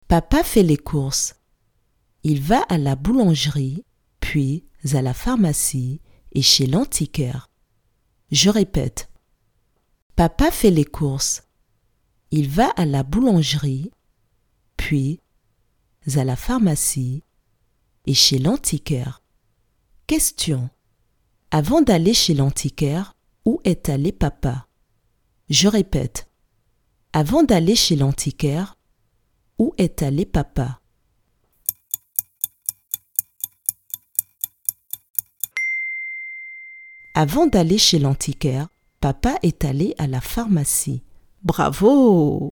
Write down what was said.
Papa fait les courses. Il va à la boulangerie, puis à la pharmacie et chez l'antiquaire. Je répète. Papa fait les courses. Il va à la boulangerie, puis à la pharmacie et chez l'antiquaire. Question. Avant d'aller chez l'antiquaire, où est allé papa? Je répète. Avant d'aller chez l'antiquaire, où est allé papa? Avant d'aller chez l'antiquaire, papa est allé à la pharmacie. Bravo!